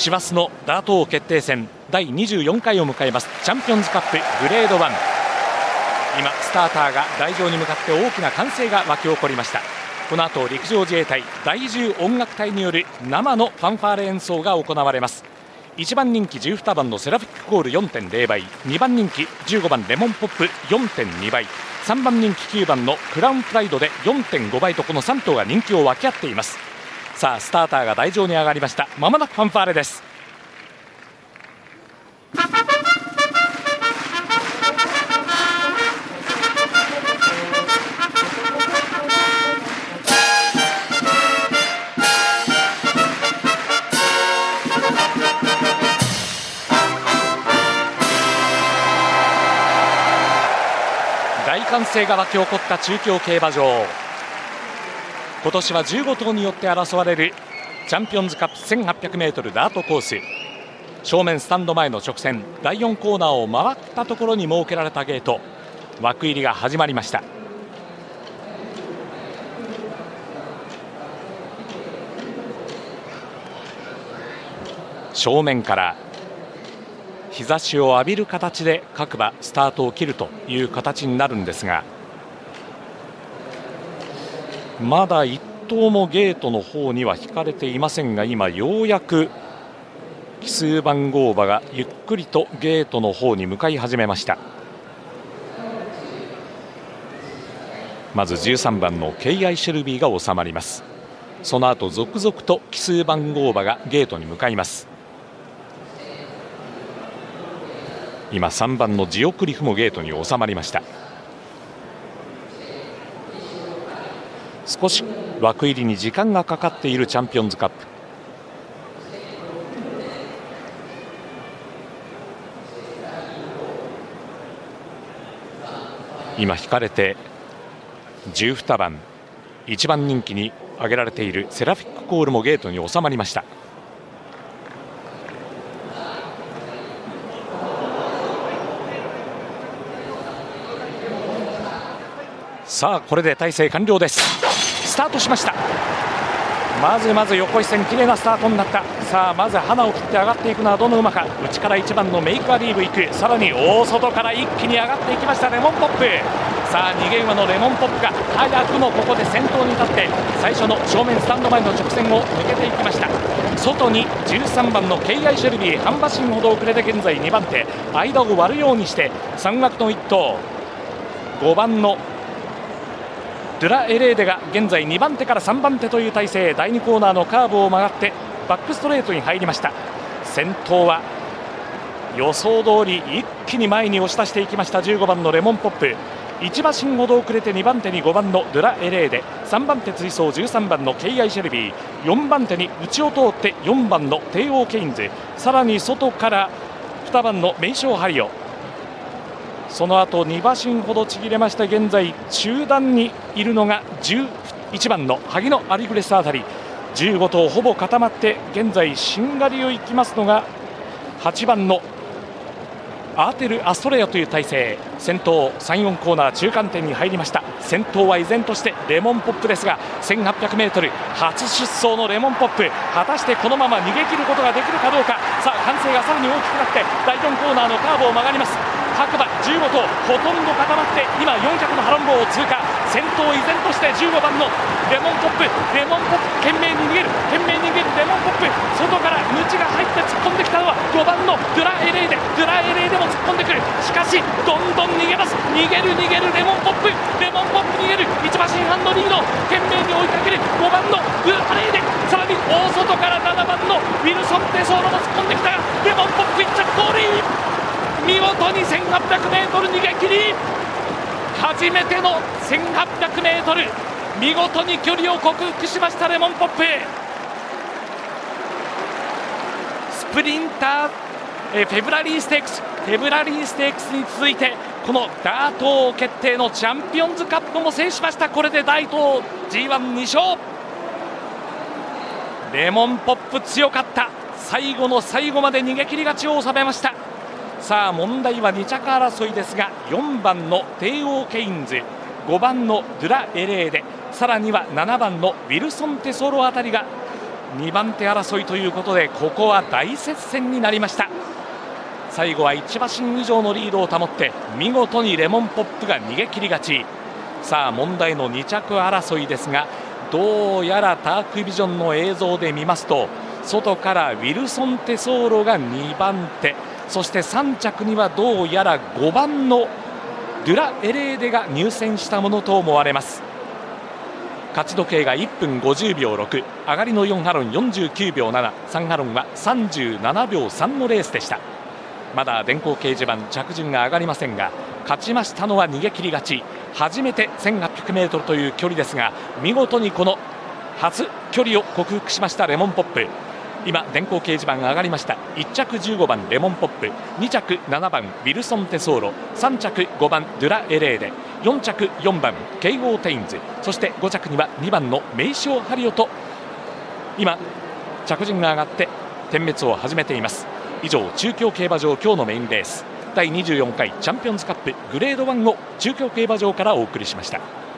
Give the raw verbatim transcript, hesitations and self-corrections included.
師走のダート王決定戦だいにじゅうよんかいを迎えますチャンピオンズカップグレードワン。今スターターが台上に向かって大きな歓声が沸き起こりました。この後陸上自衛隊第じゅう音楽隊による生のファンファーレ演奏が行われます。いちばん人気じゅうにばんのセラフィックコール よんてんゼロ 倍、にばん人気じゅうごばんレモンポップ よんてんに 倍、さんばん人気きゅうばんのクラウンプライドで よんてんご 倍とこのさん頭が人気を分け合っています。さあスターターが台上に上がりました。まもなくファンファーレです。大歓声が沸き起こった中京競馬場。今年はじゅうご頭によって争われるチャンピオンズカップ せんはっぴゃくメートル ダートコース。正面スタンド前の直線だいよんコーナーを回ったところに設けられたゲート、枠入りが始まりました。正面から日差しを浴びる形で各馬スタートを切るという形になるんですが、まだいっ頭もゲートの方には引かれていませんが、今ようやく奇数番号馬がゆっくりとゲートの方に向かい始めました。まずじゅうさんばんのケイアイシェルビーが収まります。その後続々と奇数番号馬がゲートに向かいます。今さんばんのジオクリフもゲートに収まりました。少し枠入りに時間がかかっているチャンピオンズカップ。今引かれてじゅうにばんいちばん人気に挙げられているセラフィックコールもゲートに収まりました。さあこれで体制完了です。スタートしました。まずまず横一線綺麗なスタートになった。さあまず花を切って上がっていくのはどの馬か。内からいちばんのメイクアリーブ行く。さらに大外から一気に上がっていきましたレモンポップ。さあ逃げ馬のレモンポップが早くもここで先頭に立って最初の正面スタンド前の直線を抜けていきました。外にじゅうさんばんのケイアイシェルビー半馬身ほど遅れて現在にばん手、間を割るようにしてさん枠のいっ頭ごばんのドゥラエレーデが現在にばん手からさんばん手という体勢。だいにコーナーのカーブを曲がってバックストレートに入りました。先頭は予想通り一気に前に押し出していきましたじゅうごばんのレモンポップ。いち馬身ほど遅れてにばん手にごばんのドゥラエレーデ、さんばん手追走じゅうさんばんのケイアイシェルビー、よんばん手に内を通ってよんばんのテイオーケインズ、さらに外からにばんのメイショーハリオ、その後に馬身ほどちぎれまして現在中段にいるのがじゅういちばんの萩野アリグレスあたり。じゅうご頭ほぼ固まって現在しんがりを行きますのがはちばんのアーテル・アストレアという体勢。先頭さん、よんコーナー中間点に入りました。先頭は依然としてレモンポップですが せんはっぴゃくメートル 初出走のレモンポップ、果たしてこのまま逃げ切ることができるかどうか。さあ歓声がさらに大きくなってだいよんコーナーのカーブを曲がります。各馬じゅうご頭ほとんど固まって今よんひゃくの波乱棒を通過。先頭依然としてじゅうごばんのレモンポップ、レモンポップ懸命に逃げる懸命に逃げるレモンポップ。外からムチが入って突っ込んできたのはごばんのドゥラエレーデ。ドゥラエレーデも突っ込んでくる。しかしどんどん逃げます。逃げる逃げるレモンポップ、レモンポップ逃げる。いち馬身半のリード懸命に追いかけるごばんのドゥラエレーデ、さらに大外からななばんのウィルソン・テソーロも突っ込んできたがレモンポップいっ着ゴールイン。見事に せんはっぴゃくメートル逃げ切り、初めての せんはっぴゃくメートル、見事に距離を克服しましたレモンポップ。スプリンターえフェブラリーステークスフェブラリーステークスに続いてこのダート王決定のチャンピオンズカップも制しました。これで大東 ジーワンに 勝。レモンポップ強かった。最後の最後まで逃げ切り勝ちを収めました。さあ問題はに着争いですがよんばんのテイオーケインズ、ごばんのドゥラエレーデ、さらにはななばんのウィルソン・テソロあたりがにばん手争いということで、ここは大接戦になりました。最後はいち馬身以上のリードを保って見事にレモンポップが逃げ切り勝ち。さあ問題のに着争いですが、どうやらタークビジョンの映像で見ますと、外からウィルソン・テソーロがにばん手、そしてさん着にはどうやらごばんのドゥラ・エレーデが入線したものと思われます。勝ち時計がいっぷんごじゅうびょうろく、上がりのよんハロンよんじゅうきゅうびょうなな、さんハロンはさんじゅうななびょうさんのレースでした。まだ電光掲示板着順が上がりませんが、勝ちましたのは逃げ切り勝ち、初めて せんはっぴゃくメートル という距離ですが、見事にこの初距離を克服しましたレモンポップ。今電光掲示板が上がりました。いっ着じゅうごばんレモンポップ、に着ななばんウィルソン・テソーロ、さん着ごばんドゥラ・エレーデ、よん着よんばんケイゴー・テインズ、そしてご着にはにばんのメイショー・ハリオと今着順が上がって点滅を始めています。以上、中京競馬場今日のメインレースだいにじゅうよんかいチャンピオンズカップグレードワンを中京競馬場からお送りしました。